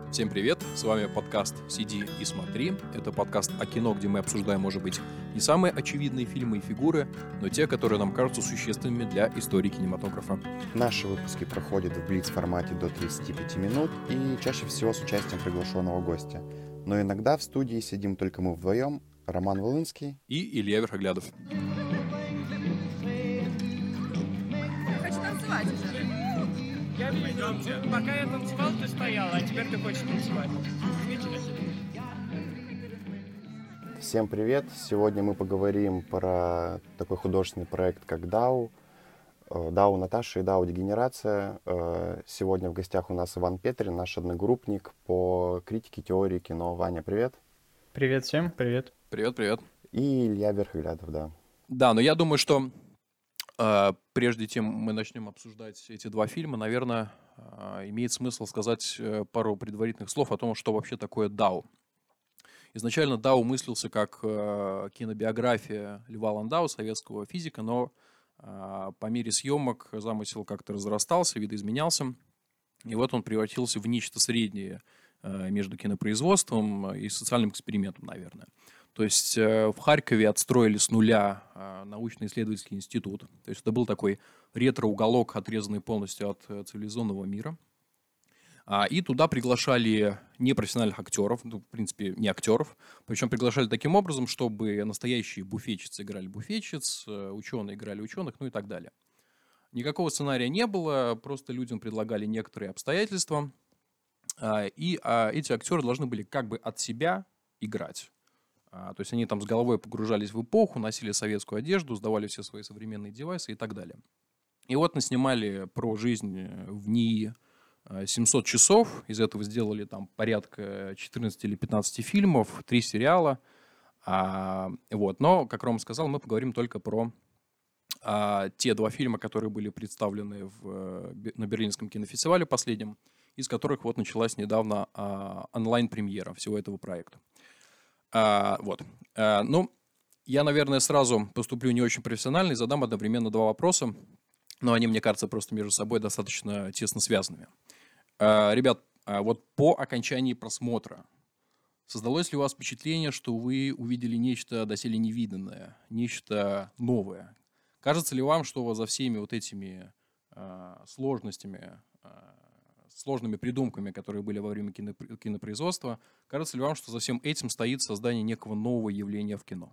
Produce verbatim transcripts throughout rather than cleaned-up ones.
Всем привет, с вами подкаст «Сиди и смотри». Это подкаст о кино, где мы обсуждаем, может быть, не самые очевидные фильмы и фигуры, но те, которые нам кажутся существенными для истории кинематографа. Наши выпуски проходят в блиц-формате до тридцати пяти минут и чаще всего с участием приглашенного гостя. Но иногда в студии сидим только мы вдвоем, Роман Волынский и Илья Верхоглядов. Хочу танцевать уже. Я, пойдемте. Пока я танцевал, ты стояла, а теперь ты хочешь танцевать. Всем привет! Сегодня мы поговорим про такой художественный проект, как ДАУ. ДАУ Наташа и ДАУ Дегенерация. Сегодня в гостях у нас Иван Петрин, наш одногруппник по критике теории кино. Ваня, привет! Привет всем, привет. Привет, привет. И Илья Верхоглядов, да. Да, но я думаю, что э, прежде чем мы начнем обсуждать эти два фильма, наверное, э, имеет смысл сказать э, пару предварительных слов о том, что вообще такое ДАУ. Изначально ДАУ мыслился как э, кинобиография Льва Ландау, советского физика, но э, по мере съемок замысел как-то разрастался, видоизменялся, и вот он превратился в нечто среднее э, между кинопроизводством и социальным экспериментом, наверное. То есть э, в Харькове отстроили с нуля э, научно-исследовательский институт. То есть это был такой ретро-уголок, отрезанный полностью от э, цивилизованного мира. А, и туда приглашали непрофессиональных актеров, ну, в принципе, не актеров. Причем приглашали таким образом, чтобы настоящие буфетчицы играли буфетчиц, э, ученые играли ученых, ну и так далее. Никакого сценария не было, просто людям предлагали некоторые обстоятельства. А, и а, эти актеры должны были как бы от себя играть. А, то есть они там с головой погружались в эпоху, носили советскую одежду, сдавали все свои современные девайсы и так далее. И вот наснимали про жизнь в НИИ семьсот часов. Из этого сделали там порядка четырнадцать или пятнадцать фильмов, три сериала. А, вот. Но, как Рома сказал, мы поговорим только про а, те два фильма, которые были представлены в, на Берлинском кинофестивале последнем, из которых вот началась недавно а, онлайн-премьера всего этого проекта. А, вот. А, ну, я, наверное, сразу поступлю не очень профессионально и задам одновременно два вопроса, но они, мне кажется, просто между собой достаточно тесно связанными. А, ребят, а вот по окончании просмотра создалось ли у вас впечатление, что вы увидели нечто доселе невиданное, нечто новое? Кажется ли вам, что за всеми вот этими а, сложностями, а, сложными придумками, которые были во время кино, кинопроизводства, кажется ли вам, что за всем этим стоит создание некого нового явления в кино?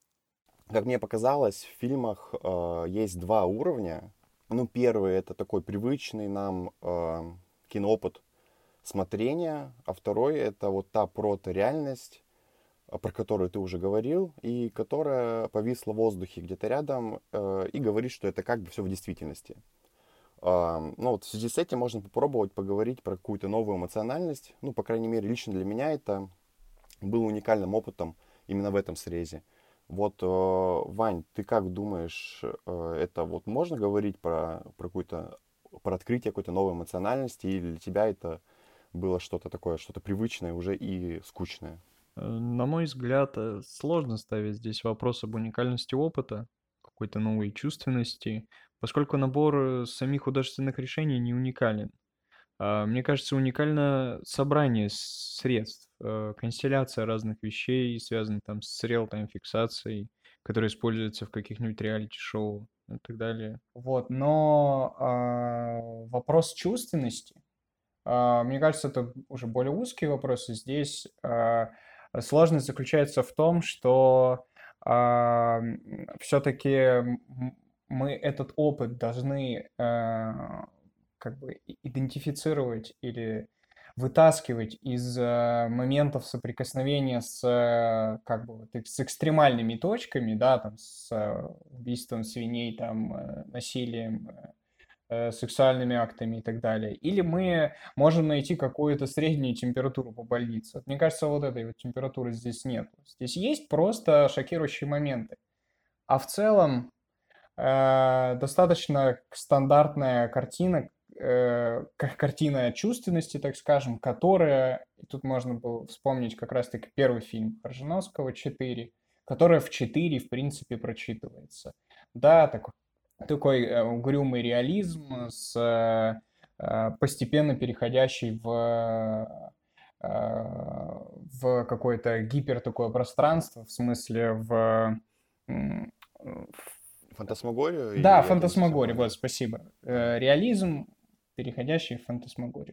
Как мне показалось, в фильмах э, есть два уровня. Ну, первый — это такой привычный нам э, киноопыт смотрения, а второй — это вот та прото-реальность, про которую ты уже говорил, и которая повисла в воздухе где-то рядом, э, и говорит, что это как бы все в действительности. Э, ну, вот в связи с этим можно попробовать поговорить про какую-то новую эмоциональность. Ну, по крайней мере, лично для меня это было уникальным опытом именно в этом срезе. Вот, э, Вань, ты как думаешь, э, это вот можно говорить про, про какую-то, про открытие какой-то новой эмоциональности, или для тебя это было что-то такое, что-то привычное уже и скучное? На мой взгляд, э, сложно ставить здесь вопрос об уникальности опыта, какой-то новой чувственности, поскольку набор э, самих художественных решений не уникален. А, Мне кажется, уникально собрание средств, э, констелляция разных вещей, связанных там с реал-тайм-фиксацией, которая используется в каких-нибудь реалити-шоу и так далее. Вот, но а, вопрос чувственности, а, мне кажется, это уже более узкий вопрос, и здесь а, сложность заключается в том, что все-таки мы этот опыт должны а, как бы и- идентифицировать или вытаскивать из э, моментов соприкосновения с э, как бы вот, с экстремальными точками, да, там с э, убийством свиней, там э, насилием, э, сексуальными актами и так далее. Или мы можем найти какую-то среднюю температуру по больнице. Вот мне кажется, вот этой вот температуры здесь нет. Здесь есть просто шокирующие моменты. А в целом э, достаточно стандартная картина, э, к- картина чувственности, так скажем, которая, и тут можно было вспомнить как раз-таки первый фильм Кржановского «четыре», которая в четыре, в принципе, прочитывается. Да, такой, такой э, угрюмый реализм с э, э, постепенно переходящий в в какое-то гипер такое пространство, в смысле в... м, в- Фантасмагорию или Да, реализм фантасмагория, все-таки? вот, спасибо. Э, Реализм, переходящий в фантасмагорию.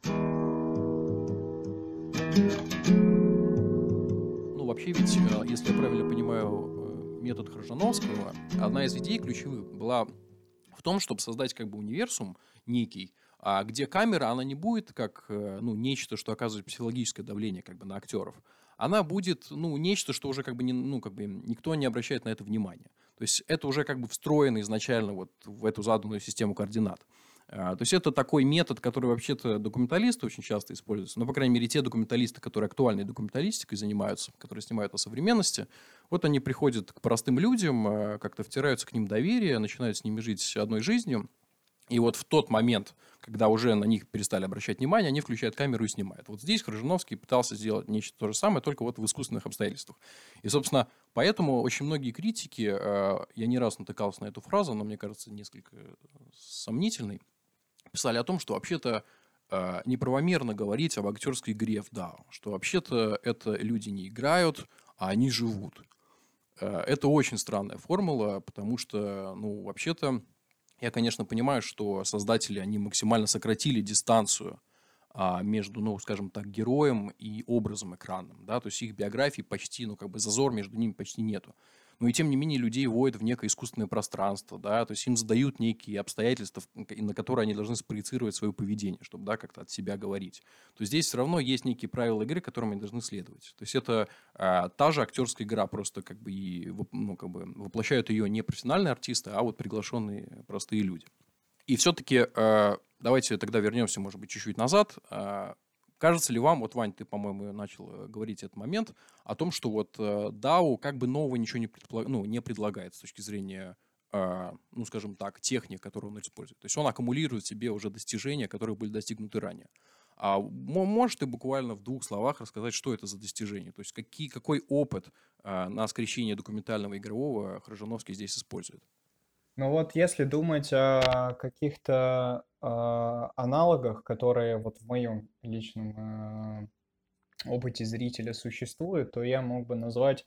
Ну, вообще ведь, э, если я правильно понимаю, э, метод Крыжановского, одна из идей ключевых была в том, чтобы создать как бы универсум некий, а где камера, она не будет как, э, ну, нечто, что оказывает психологическое давление как бы на актеров. Она будет, ну, нечто, что уже как бы, не, ну, как бы никто не обращает на это внимания. То есть это уже как бы встроено изначально вот в эту заданную систему координат. А, То есть это такой метод, который вообще-то документалисты очень часто используются. Ну, по крайней мере, те документалисты, которые актуальной документалистикой занимаются, которые снимают о современности, вот они приходят к простым людям, э, как-то втираются к ним доверие, начинают с ними жить одной жизнью. И вот в тот момент, когда уже на них перестали обращать внимание, они включают камеру и снимают. Вот здесь Крыжановский пытался сделать нечто то же самое, только вот в искусственных обстоятельствах. И, собственно, поэтому очень многие критики, э, я не раз натыкался на эту фразу, но мне кажется несколько сомнительной, писали о том, что вообще-то э, неправомерно говорить об актерской игре в дао, что вообще-то это люди не играют, а они живут. Э, Это очень странная формула, потому что, ну, вообще-то, я, конечно, понимаю, что создатели, они максимально сократили дистанцию а, между, ну, скажем так, героем и образом экранным, да, то есть их биографии почти, ну, как бы зазор между ними почти нету. Но и тем не менее людей вводят в некое искусственное пространство, да, то есть им задают некие обстоятельства, на которые они должны спроецировать свое поведение, чтобы, да, как-то от себя говорить. То здесь все равно есть некие правила игры, которым они должны следовать. То есть это а, та же актерская игра, просто как бы, и, ну, как бы воплощают ее не профессиональные артисты, а вот приглашенные простые люди. И все-таки э, давайте тогда вернемся, может быть, чуть-чуть назад. Э, кажется ли вам, вот, Вань, ты, по-моему, начал э, говорить этот момент, о том, что вот э, дао как бы нового ничего не, предпла- ну, не предлагает с точки зрения, э, ну, скажем так, техник, которые он использует. То есть он аккумулирует в себе уже достижения, которые были достигнуты ранее. А мо- можешь ты буквально в двух словах рассказать, что это за достижения? То есть какие, какой опыт э, на скрещение документального и игрового Крыжановский здесь использует? Ну вот если думать о каких-то а, аналогах, которые вот в моем личном а, опыте зрителя существуют, то я мог бы назвать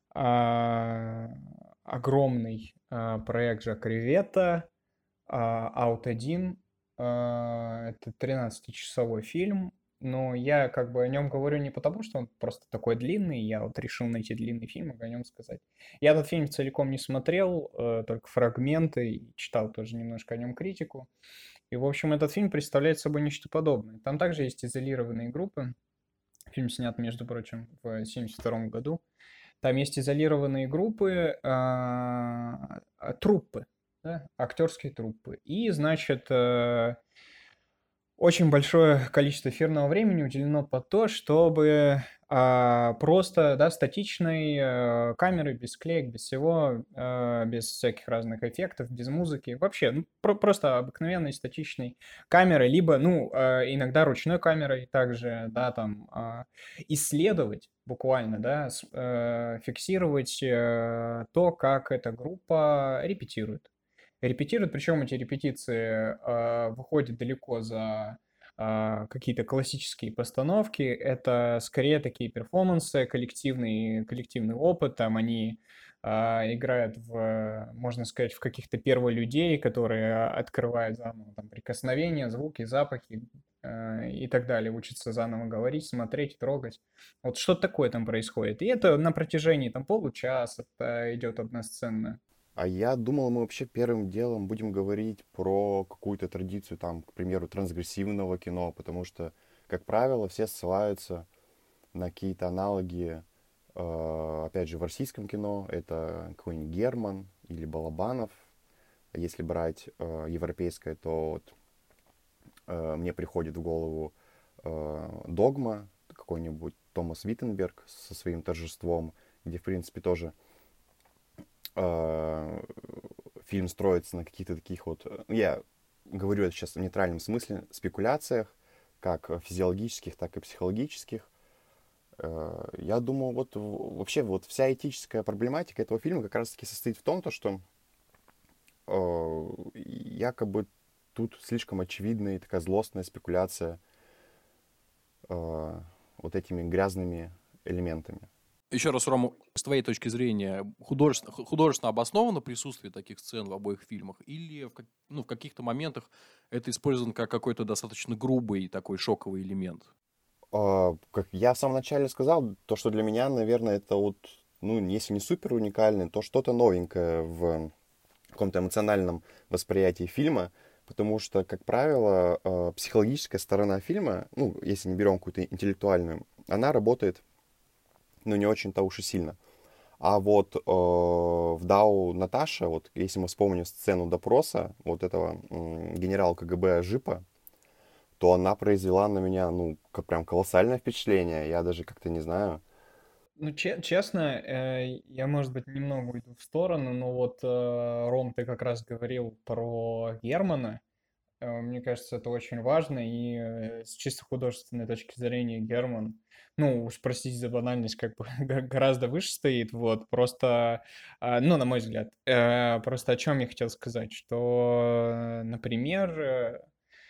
а, огромный а, проект Жака Ривета, Аут один. Это тринадцатичасовой фильм, но я как бы о нем говорю не потому, что он просто такой длинный, я вот решил найти длинный фильм и о нем сказать. Я этот фильм целиком не смотрел, э, только фрагменты, и читал тоже немножко о нем критику. И, в общем, этот фильм представляет собой нечто подобное. Там также есть изолированные группы. Фильм снят, между прочим, в семьдесят втором году. Там есть изолированные группы, а, а, труппы, да, актерские труппы. И, значит, э, очень большое количество эфирного времени уделено под то, чтобы а, просто, да, статичной э, камеры, без клеек, без всего, э, без всяких разных эффектов, без музыки. Вообще, ну, про- просто обыкновенной статичной камерой, либо, ну, э, иногда ручной камерой также, да, там, а, исследовать буквально, да, с- э, фиксировать э, то, как эта группа репетирует. Репетируют, причем эти репетиции э, выходят далеко за а, какие-то классические постановки. Это скорее такие перформансы, коллективный, коллективный опыт. Там они а, играют в, можно сказать, в каких-то перволюдей, которые открывают заново там, прикосновения, звуки, запахи э, и так далее. Учатся заново говорить, смотреть, трогать. Вот что такое там происходит. И это на протяжении там получаса э, идет одна сцена. А я думал, мы вообще первым делом будем говорить про какую-то традицию, там, к примеру, трансгрессивного кино, потому что, как правило, все ссылаются на какие-то аналоги, э, опять же, в российском кино. Это какой-нибудь Герман или Балабанов. Если брать э, европейское, то вот, э, мне приходит в голову э, «Догма», какой-нибудь Томас Виттенберг со своим торжеством, где, в принципе, тоже э, фильм строится на каких-то таких вот, э, я говорю это сейчас в нейтральном смысле, спекуляциях, как физиологических, так и психологических. Э, Я думаю, вот в- вообще вот вся этическая проблематика этого фильма как раз-таки состоит в том, то, что э, якобы тут слишком очевидная и такая злостная спекуляция э, вот этими грязными элементами. Еще раз, Рома, с твоей точки зрения, художественно, художественно обосновано присутствие таких сцен в обоих фильмах? Или в, как, ну, в каких-то моментах это использовано как какой-то достаточно грубый такой шоковый элемент? А, как я в самом начале сказал, то, что для меня, наверное, это вот, ну, если не супер уникальное, то что-то новенькое в каком-то эмоциональном восприятии фильма, потому что, как правило, э, психологическая сторона фильма, ну, если не берем какую-то интеллектуальную, она работает, ну, не очень-то уж и сильно. А вот э, в Дау Наташа, вот если мы вспомним сцену допроса вот этого м, генерала КГБ Жипа, то она произвела на меня, ну, как прям колоссальное впечатление. Я даже как-то не знаю. Ну, че- честно, э, я, может быть, немного уйду в сторону, но вот, э, Ром, ты как раз говорил про Германа. Э, Мне кажется, это очень важно, и э, с чисто художественной точки зрения Герман, ну, уж простите за банальность, как бы га- гораздо выше стоит, вот, просто, а, ну, на мой взгляд, Э, просто о чем я хотел сказать, что, э, например, э,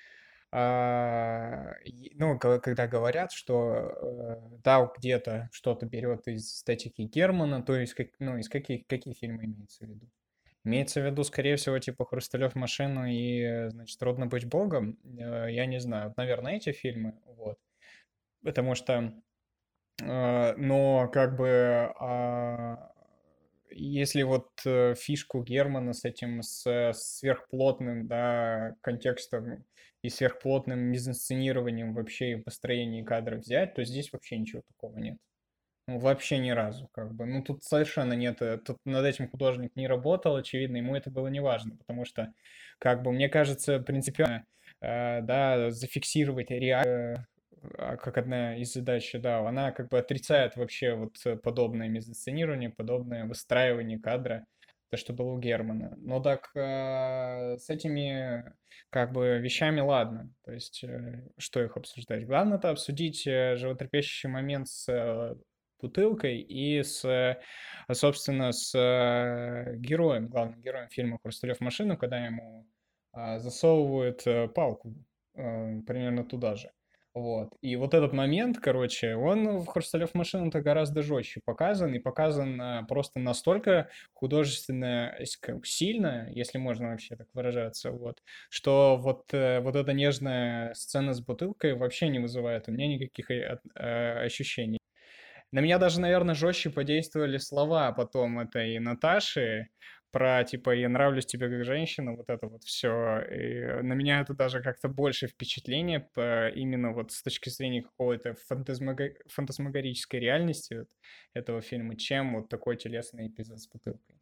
а, и, ну, ко- когда говорят, что э, Дау где-то что-то берет из эстетики Германа, то есть, как, ну, из каких, какие фильмы имеется в виду? Имеется в виду, скорее всего, типа «Хрусталев машину» и, э, значит, «Трудно быть богом». Э, Я не знаю, вот, наверное, эти фильмы, вот. Потому что, э, но как бы, а, если вот э, фишку Германа с этим, с э, сверхплотным, да, контекстом и сверхплотным мизансценированием вообще и построением кадров взять, то здесь вообще ничего такого нет. Ну, вообще ни разу, как бы. Ну, тут совершенно нет, э, тут над этим художник не работал, очевидно, ему это было не важно, потому что, как бы, мне кажется, принципиально, э, да, зафиксировать реально, как одна из задач, да, она как бы отрицает вообще вот э, подобное мизансценирование, подобное выстраивание кадра, то, что было у Германа. Но так э, с этими, как бы, вещами ладно, то есть, э, что их обсуждать? Главное-то обсудить э, животрепещущий момент с э, бутылкой и с, э, собственно, с э, героем, главным героем фильма «Хрусталев машину», когда ему а, засовывают э, палку э, примерно туда же. Вот. И вот этот момент, короче, он в «Хрусталев машину»-то гораздо жестче показан, и показан а, просто настолько художественно с- как сильно, если можно вообще так выражаться, вот, что вот, э, вот эта нежная сцена с бутылкой вообще не вызывает у меня никаких э, от- э, ощущений. На меня даже, наверное, жестче подействовали слова потом этой Наташи про, типа, «я нравлюсь тебе как женщина», вот это вот все. И на меня это даже как-то больше впечатление по- именно вот с точки зрения какой-то фантазмага- фантасмагорической реальности вот этого фильма, чем вот такой телесный эпизод с бутылкой.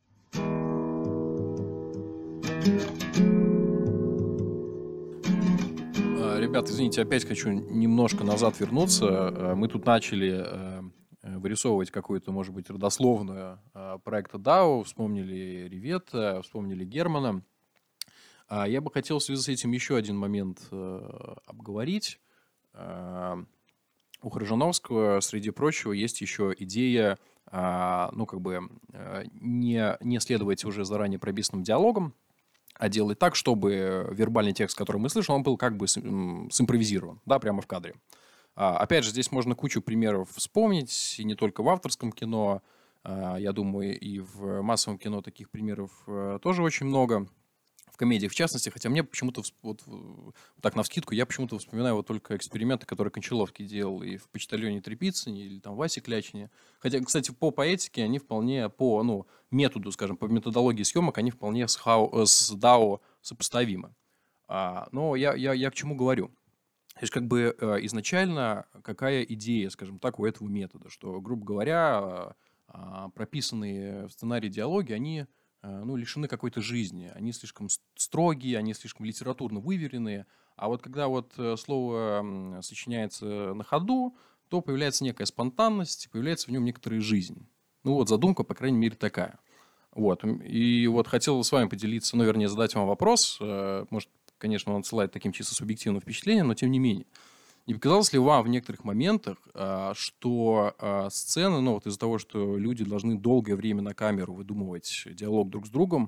А, Ребят, извините, опять хочу немножко назад вернуться. Э, Мы тут начали э, э, вырисовывать какую-то, может быть, родословную э, проекта Дау, вспомнили Ревета, вспомнили Германа. А Я бы хотел в связи с этим еще один момент э, обговорить. А, У Хржановского, среди прочего, есть еще идея, а, ну, как бы, э, не, не следовать уже заранее прописанным диалогам, а делать так, чтобы вербальный текст, который мы слышим, он был как бы с- м, симпровизирован, да, прямо в кадре. А, Опять же, здесь можно кучу примеров вспомнить, и не только в авторском кино, а, я думаю, и в массовом кино таких примеров э, тоже очень много. В комедиях, в частности, хотя мне почему-то, всп- вот, э, так навскидку, я почему-то вспоминаю вот только эксперименты, которые Кончаловский делал и в «Почтальоне Тряпицыне», или там Васе Клячине. Хотя, кстати, по поэтике они вполне, по, ну, методу, скажем, по методологии съемок, они вполне с, хау, э, с дао сопоставимы. А, но я, я, я к чему говорю? То есть, как бы э, изначально какая идея, скажем так, у этого метода, что, грубо говоря, э, а, прописанные в сценарии диалоги, они э, ну, лишены какой-то жизни, они слишком с- строгие, они слишком литературно выверенные, а вот когда вот э, слово м, сочиняется на ходу, то появляется некая спонтанность, появляется в нем некоторая жизнь. Ну вот задумка, по крайней мере, такая. Вот. м, И вот хотел с вами поделиться, ну, вернее, задать вам вопрос. э, Может, конечно, он отсылает таким чисто субъективным впечатлением, но тем не менее. Не показалось ли вам в некоторых моментах, а, что а, сцены, ну, вот из-за того, что люди должны долгое время на камеру выдумывать диалог друг с другом,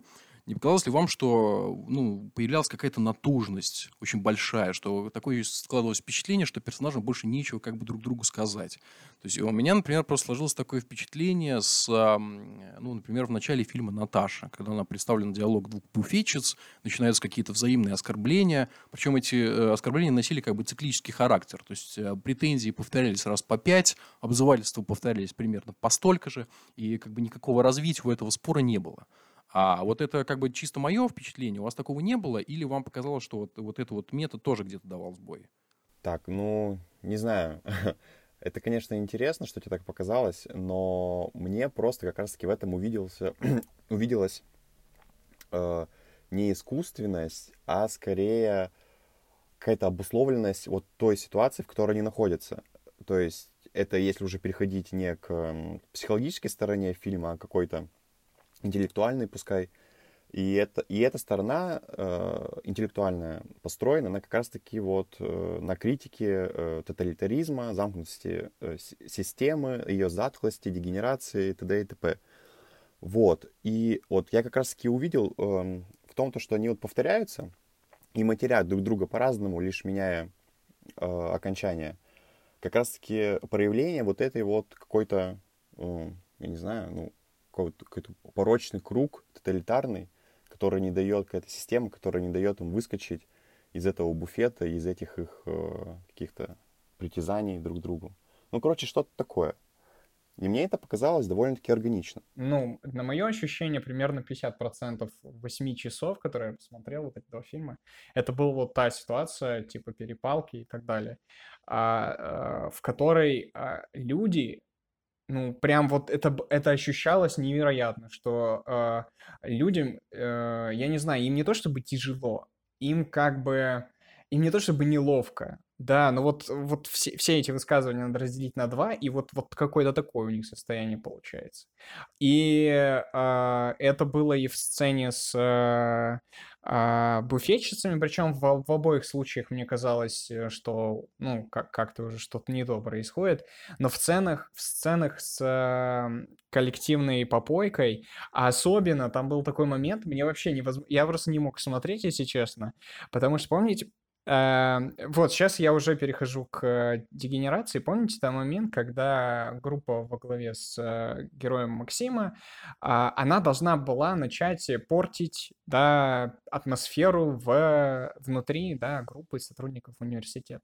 Не показалось ли вам, что ну, появлялась какая-то натужность очень большая, что такое складывалось впечатление, что персонажам больше нечего как бы друг другу сказать? То есть у меня, например, просто сложилось такое впечатление с, ну, например, в начале фильма «Наташа», когда она представлена диалог двух буфетчиц, начинаются какие-то взаимные оскорбления, причем эти э, оскорбления носили как бы циклический характер, то есть э, претензии повторялись раз по пять, обзывательства повторялись примерно по столько же, и как бы никакого развития у этого спора не было. А вот это как бы чисто мое впечатление, у вас такого не было, или вам показалось, что вот, вот этот вот метод тоже где-то давал сбой? Так, ну, не знаю. Это, конечно, интересно, что тебе так показалось, но мне просто как раз-таки в этом увиделся, увиделась э, не искусственность, а скорее какая-то обусловленность вот той ситуации, в которой они находятся. То есть это если уже переходить не к м, психологической стороне фильма, а какой-то интеллектуальной, пускай. И, это, и эта сторона э, интеллектуальная построена, она как раз-таки вот э, на критике э, тоталитаризма, замкнутости э, с- системы, ее затхлости, дегенерации и т.д. и т.п. Вот. И вот я как раз-таки увидел эм, в том, то, что они вот повторяются и матерят друг друга по-разному, лишь меняя э, окончание. Как раз-таки проявление вот этой вот какой-то, э, я не знаю, ну, какой-то, какой-то порочный круг тоталитарный, который не дает, какая-то система, которая не дает им выскочить из этого буфета, из этих их э, каких-то притязаний друг к другу. Ну, короче, что-то такое. И мне это показалось довольно-таки органично. Ну, на мое ощущение, примерно пятьдесят процентов восьми часов, которые я посмотрел, вот эти два фильма, это была вот та ситуация, типа перепалки и так далее, а, а, в которой а, люди, ну, прям вот это, б- это ощущалось невероятно, что а, людям, э, я не знаю, им не то чтобы тяжело, им как бы, им не то чтобы неловко, да, но вот, вот все, все эти высказывания надо разделить на два, и вот, вот какое-то такое у них состояние получается. И а, это было и в сцене с а, а, буфетчицами, причем в, в обоих случаях мне казалось, э, что, ну, как- как-то уже что-то не то происходит. Но в сценах, в сценах с э, коллективной попойкой, а особенно там был такой момент, мне вообще невозможно, я просто не мог смотреть, если честно, потому что, помните, э, вот сейчас я уже перехожу к э, дегенерации. Помните там момент, когда группа во главе с э, героем Максима, а, она должна была начать портить, да, атмосферу в, внутри, да, группы сотрудников университета.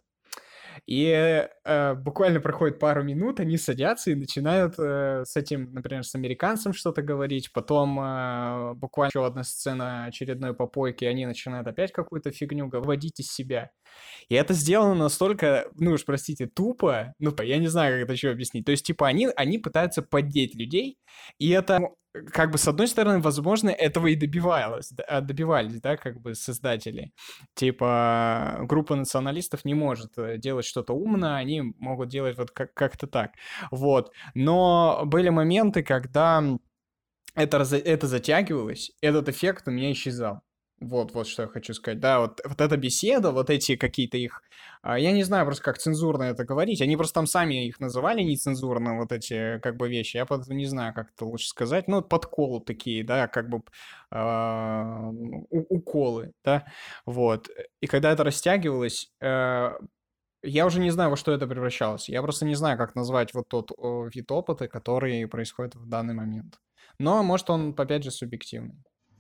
И э, буквально проходит пару минут, они садятся и начинают э, с этим, например, с американцем что-то говорить. Потом э, буквально еще одна сцена очередной попойки, и они начинают опять какую-то фигню выводить из себя. И это сделано настолько, ну уж простите, тупо, ну, я не знаю, как это еще объяснить. То есть, типа, они, они пытаются поддеть людей, и это, ну, как бы, с одной стороны, возможно, этого и добивалось, да, а, добивались, да, как бы, создатели. Типа, группа националистов не может э, делать что-то умное, они могут делать вот как- как-то так. Вот. Но были моменты, когда это, раз- это затягивалось, этот эффект у меня исчезал. Вот, вот что я хочу сказать. Да, вот, вот эта беседа, вот эти какие-то их... а, Я не знаю просто, как цензурно это говорить. Они просто там сами их называли нецензурно, вот эти как бы вещи. Я поэтому не знаю, как это лучше сказать. Ну, вот подколы такие, да, как бы а, у- уколы, да. Вот. И когда это растягивалось, э, я уже не знаю, во что это превращалось. Я просто не знаю, как назвать вот тот о, вид опыта, который происходит в данный момент. Но, может, он, опять же, субъективный.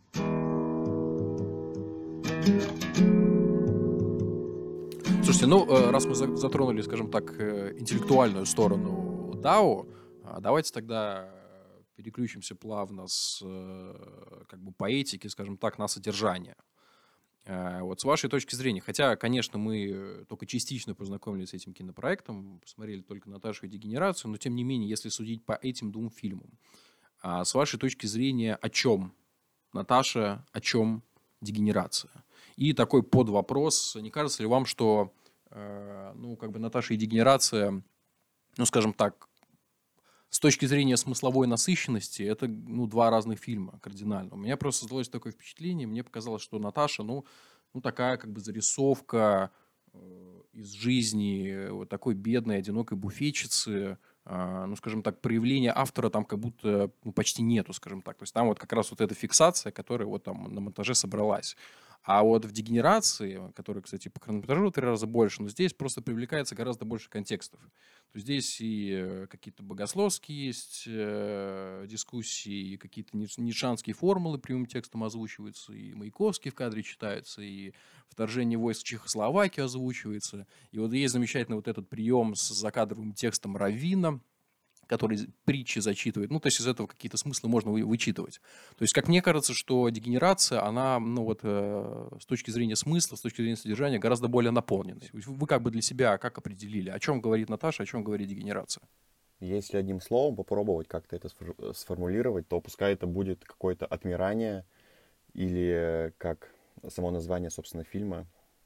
Слушайте, ну, э, раз мы за- затронули, скажем так, э, интеллектуальную сторону дао, а, давайте тогда э, переключимся плавно с э, как бы поэтики, скажем так, на содержание. Э, Вот с вашей точки зрения, хотя, конечно, мы э, только частично познакомились с этим кинопроектом, посмотрели только «Наташу и дегенерацию», но, тем не менее, если судить по этим двум фильмам, а с вашей точки зрения, о чем Наташа, о чем дегенерация? И такой подвопрос, не кажется ли вам, что э, ну, как бы Наташа и дегенерация, ну, скажем так, с точки зрения смысловой насыщенности, это, ну, два разных фильма кардинально. У меня просто создалось такое впечатление, мне показалось, что Наташа, ну, ну такая как бы зарисовка э, из жизни э, вот такой бедной, одинокой буфетчицы, а, ну, скажем так, проявления автора там как будто ну, почти нету, скажем так. То есть там вот как раз вот эта фиксация, которая вот там на монтаже собралась. А вот в дегенерации, которая, кстати, по хронометражу в три раза больше, но здесь просто привлекается гораздо больше контекстов. То есть здесь и э, какие-то богословские есть э, дискуссии, и какие-то ниц- ницшанские формулы прямым текстом озвучиваются, и Маяковский в кадре читаются, и вторжение войск в Чехословакию озвучивается. И вот есть замечательный вот этот прием с закадровым текстом раввина, который притчи зачитывает. Ну, то есть из этого какие-то смыслы можно вы- вычитывать. То есть, как мне кажется, что дегенерация, она, ну, вот э, с точки зрения смысла, с точки зрения содержания, гораздо более наполненной. То есть Вы как бы для себя как определили, о чем говорит Наташа, о чем говорит дегенерация? Если одним словом попробовать как-то это сфор- сформулировать, то пускай это будет какое-то отмирание или, как само название, собственно, фильма,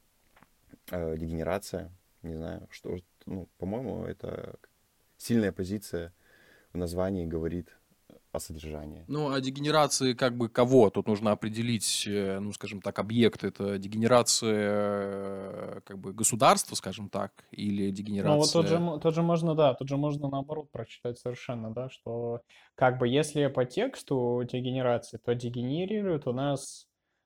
э, дегенерация. Не знаю, что... Ну, по-моему, это сильная позиция в названии говорит о содержании. Ну, а дегенерации как бы кого? Тут нужно определить, э, ну, скажем так, объект. Это дегенерация э, как бы государства, скажем так, или Ну, вот тот же, дегенерация... мо- тот же можно, да, тут же можно наоборот прочитать совершенно, да, что как бы если по тексту дегенерации, то дегенерируют у нас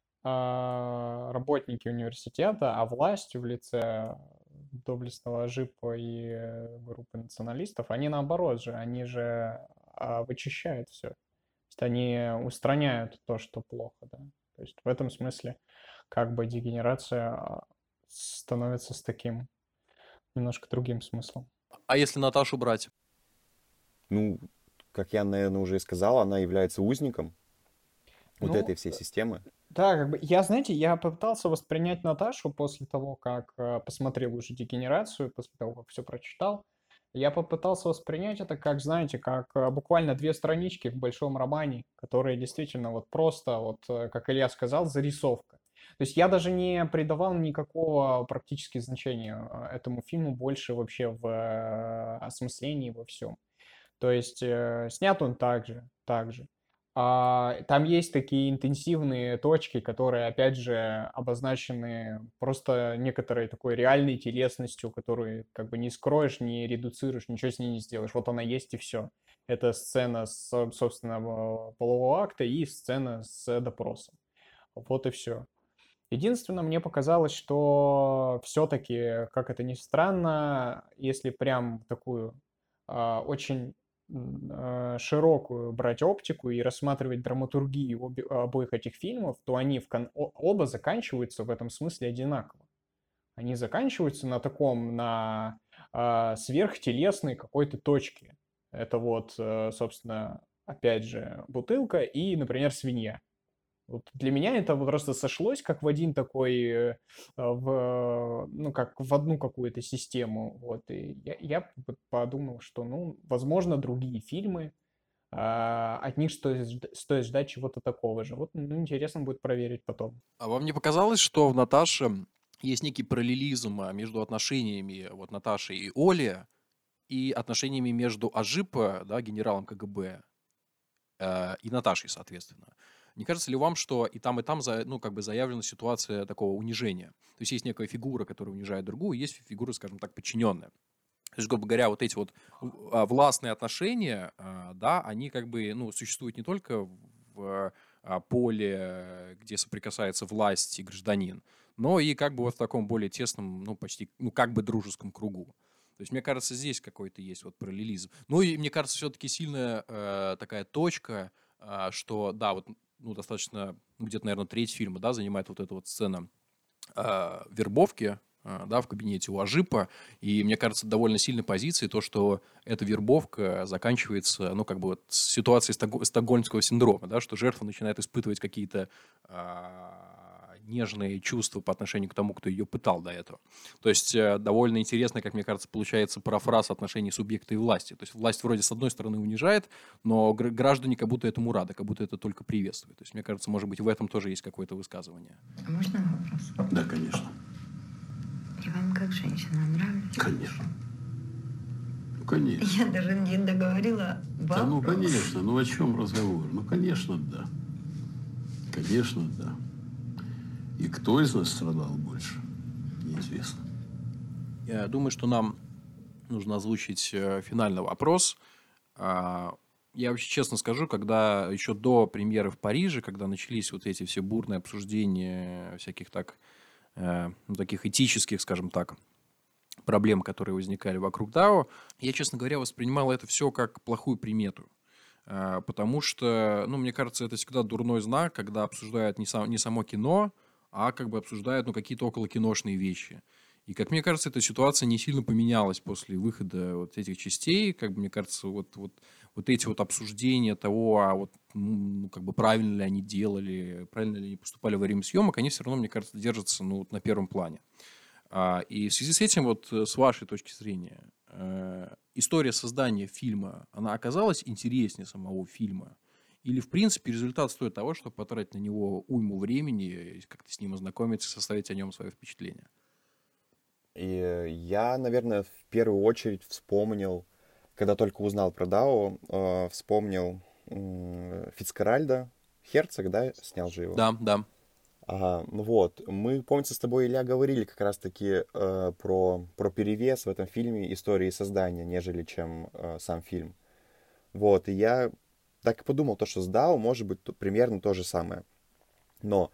а, работники университета, а власть в лице доблестного Ажипа и э, группы националистов, они наоборот же, они же а, вычищают все. То есть они устраняют то, что плохо, да. То есть в этом смысле как бы дегенерация а, становится с таким немножко другим смыслом. А если Наташу брать? Ну, как я, наверное, уже и сказал, она является узником вот Ну, этой всей системы. да, как бы я, знаете, я попытался воспринять Наташу после того, как э, посмотрел уже дегенерацию, после того, как все прочитал. Я попытался воспринять это как, знаете, как э, буквально две странички в большом романе, которые действительно вот просто, вот, э, как Илья сказал, зарисовка. То есть я даже не придавал никакого практически значения э, этому фильму больше вообще в э, осмыслении во всем. То есть э, снят он также, также. А, там есть такие интенсивные точки, которые, опять же, обозначены просто некоторой такой реальной телесностью, которую как бы не скроешь, не редуцируешь, ничего с ней не сделаешь. Вот она есть и все. Это сцена, с, собственно, э, полового акта и сцена с допросом. Вот и все. Единственное, мне показалось, что все-таки, как это ни странно, если прям такую а, очень м, а, широкую брать оптику и рассматривать драматургию обе- обоих этих фильмов, то они в кон- о- оба заканчиваются в этом смысле одинаково. Они заканчиваются на таком, на а, сверхтелесной какой-то точке. Это вот, э, собственно, опять же, бутылка и, например, свинья. Вот для меня это вот просто сошлось как в один такой, э, в, ну, как в одну какую-то систему. Вот, и я, я вот подумал, что, ну, возможно, другие фильмы, а, от них стоит, жд- стоит ждать чего-то такого же. Вот, ну, интересно будет проверить потом. А вам не показалось, что в Наташе есть некий параллелизм а, между отношениями вот Наташи и Оли и отношениями между Ажипа, да, генералом КГБ, э, и Наташей, соответственно. Не кажется ли вам, что и там, и там за- ну, как бы заявлена ситуация такого унижения? То есть есть некая фигура, которая унижает другую, есть фигура, скажем так, подчиненная. То есть, грубо говоря, вот эти вот а, властные отношения, а, да, они как бы, ну, существуют не только в а, поле, где соприкасается власть и гражданин, но и как бы вот в таком более тесном, ну, почти, ну, как бы дружеском кругу. То есть, мне кажется, здесь какой-то есть вот параллелизм. Ну, и мне кажется, все-таки сильная э, такая точка, а, что, да, вот, ну, достаточно, ну, где-то, наверное, треть фильма, да, занимает вот эта вот сцена а, вербовки, а, да, в кабинете у Ажипа. И мне кажется, довольно сильной позицией то, что эта вербовка заканчивается, ну, как бы вот с ситуацией сток- стокгольмского синдрома, да, что жертва начинает испытывать какие-то а, нежные чувства по отношению к тому, кто ее пытал до этого. То есть э, довольно интересно, как мне кажется, получается парафраз отношений субъекта и власти. То есть власть вроде с одной стороны унижает, но гр- граждане как будто этому рады, как будто это только приветствует. То есть мне кажется, может быть, в этом тоже есть какое-то высказывание. А можно вопрос? Да, конечно. Я вам как женщина нравлюсь? Конечно. Ну, конечно. Я даже не договорила вопрос. Да, ну, конечно. Ну, о чем разговор? Ну, конечно, да. Конечно, да. И кто из нас страдал больше, неизвестно. Я думаю, что нам нужно озвучить э, финальный вопрос. А, Я вообще честно скажу, когда еще до премьеры в Париже, когда начались вот эти все бурные обсуждения всяких так, э, ну, таких этических, скажем так, проблем, которые возникали вокруг дао, я, честно говоря, воспринимал это все как плохую примету. А, Потому что, ну, мне кажется, это всегда дурной знак, когда обсуждают не, сам, не само кино, а как бы обсуждают, ну, какие-то околокиношные вещи. И, как мне кажется, эта ситуация не сильно поменялась после выхода вот этих частей. Как бы, мне кажется, вот, вот, вот эти вот обсуждения того, а вот, ну, как бы правильно ли они делали, правильно ли они поступали во время съемок, они все равно, мне кажется, держатся, ну, вот на первом плане. А, И в связи с этим, вот э, с вашей точки зрения, э, история создания фильма, она оказалась интереснее самого фильма? Или, в принципе, результат стоит того, чтобы потратить на него уйму времени, и как-то с ним ознакомиться, составить о нем свое впечатление? И я, наверное, в первую очередь вспомнил, когда только узнал про дао, э, вспомнил м, Фицкеральда, Херцог, да, снял же его. Да, да. Ага, ну вот, мы, помнится, с тобой, Илья, говорили как раз-таки э, про, про перевес в этом фильме истории создания, нежели чем э, сам фильм. Вот, и я так и подумал, то, что с дао может быть то- примерно то же самое. Но,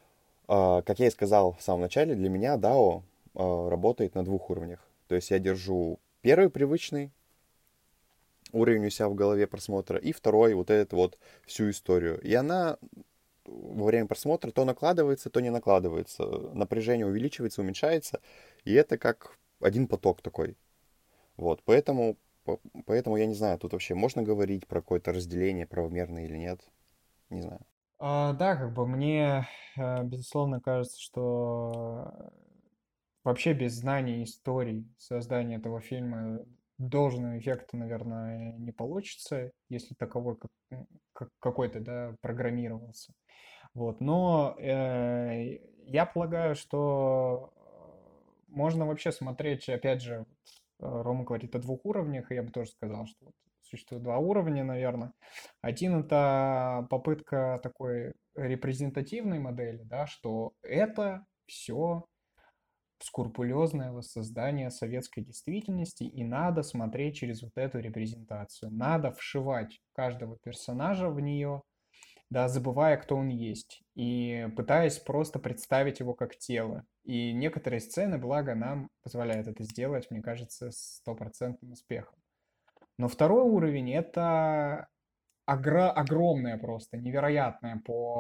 э, как я и сказал в самом начале, для меня дао э, работает на двух уровнях. То есть я держу первый привычный уровень у себя в голове просмотра, и второй вот этот вот всю историю. И она во время просмотра то накладывается, то не накладывается. Напряжение увеличивается, уменьшается, и это как один поток такой. Вот, поэтому, по- поэтому я не знаю, тут вообще можно говорить про какое-то разделение правомерное или нет, не знаю. А, да, как бы мне, э, безусловно, кажется, что вообще без знаний истории создания этого фильма должного эффекта, наверное, не получится, если таковой как, м, как- какой-то, да, программировался. Вот, но э, я полагаю, что э, можно вообще смотреть, опять же, вот, э, Рома говорит о двух уровнях, и я бы тоже сказал, что вот существует два уровня, наверное. Один это попытка такой репрезентативной модели, да, что это все скрупулезное воссоздание советской действительности, и надо смотреть через вот эту репрезентацию. Надо вшивать каждого персонажа в нее, да, забывая, кто он есть, и пытаясь просто представить его как тело. И некоторые сцены, благо, нам позволяют это сделать, мне кажется, с стопроцентным успехом. Но второй уровень — это огра- огромная просто, невероятная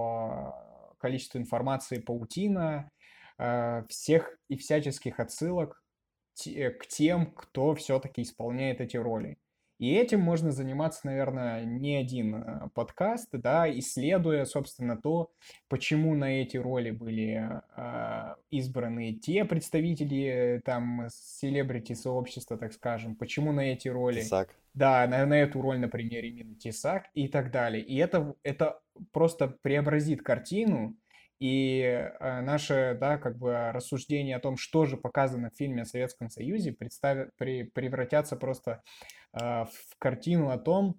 по количеству информации паутина, э, всех и всяческих отсылок те- к тем, кто все-таки исполняет эти роли. И этим можно заниматься, наверное, не один э, подкаст, да, исследуя, собственно, то, почему на эти роли были э, избраны те представители, э, там, селебрити-сообщества, так скажем, почему на эти роли, Тесак. да, на, на эту роль, например, именно Тесак и так далее. И это, это просто преобразит картину, и э, наше, да, как бы рассуждение о том, что же показано в фильме о Советском Союзе, представят, при, превратятся просто э, в картину о том,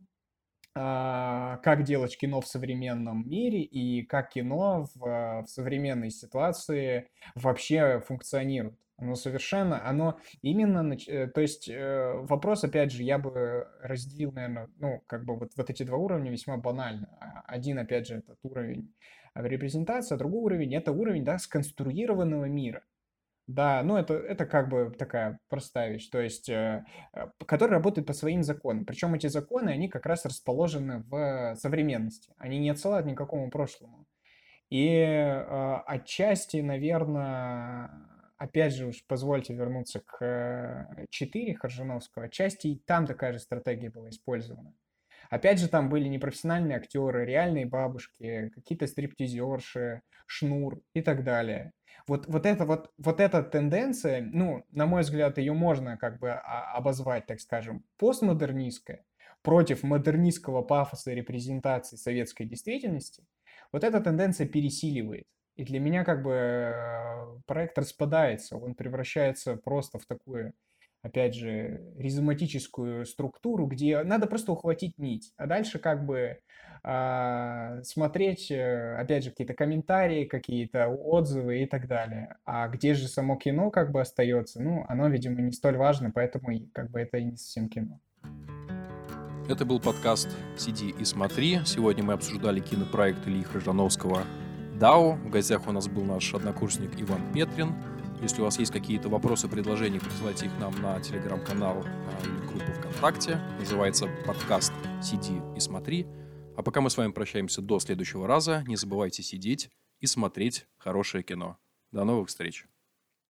а, как делать кино в современном мире и как кино в, э, в современной ситуации вообще функционирует. Оно совершенно, оно именно, нач- э, то есть э, вопрос, опять же, я бы разделил, наверное, ну, как бы вот, вот эти два уровня весьма банально. А, Один, опять же, этот уровень э, репрезентации, а другой уровень — это уровень, да, сконструированного мира. Да, ну это, это как бы такая простая вещь, то есть, э, э, который работает по своим законам. Причем эти законы, они как раз расположены в современности, они не отсылают ни к какому прошлому. И э, отчасти, наверное, опять же уж позвольте вернуться к э, четыре Хоржановского, отчасти и там такая же стратегия была использована. Опять же, там были непрофессиональные актеры, реальные бабушки, какие-то стриптизерши, шнур и так далее. Вот, вот, это, вот, вот эта тенденция, ну, на мой взгляд, ее можно как бы а- обозвать, так скажем, постмодернистская, против модернистского пафоса и репрезентации советской действительности. Вот эта тенденция пересиливает. И для меня как бы э, проект распадается, он превращается просто в такую опять же, ризоматическую структуру, где надо просто ухватить нить, а дальше как бы а, смотреть, э, опять же, какие-то комментарии, какие-то отзывы и так далее. А где же само кино как бы остается? Ну, оно, видимо, не столь важно, поэтому и, как бы это и не совсем кино. Это был подкаст «Сиди и смотри». Сегодня мы обсуждали кинопроект Ильи Хржановского «Дау». В гостях у нас был наш однокурсник Иван Петрин. Если у вас есть какие-то вопросы, предложения, присылайте их нам на телеграм-канал или группу ВКонтакте. Называется подкаст «Сиди и смотри». А пока мы с вами прощаемся до следующего раза, не забывайте сидеть и смотреть хорошее кино. До новых встреч!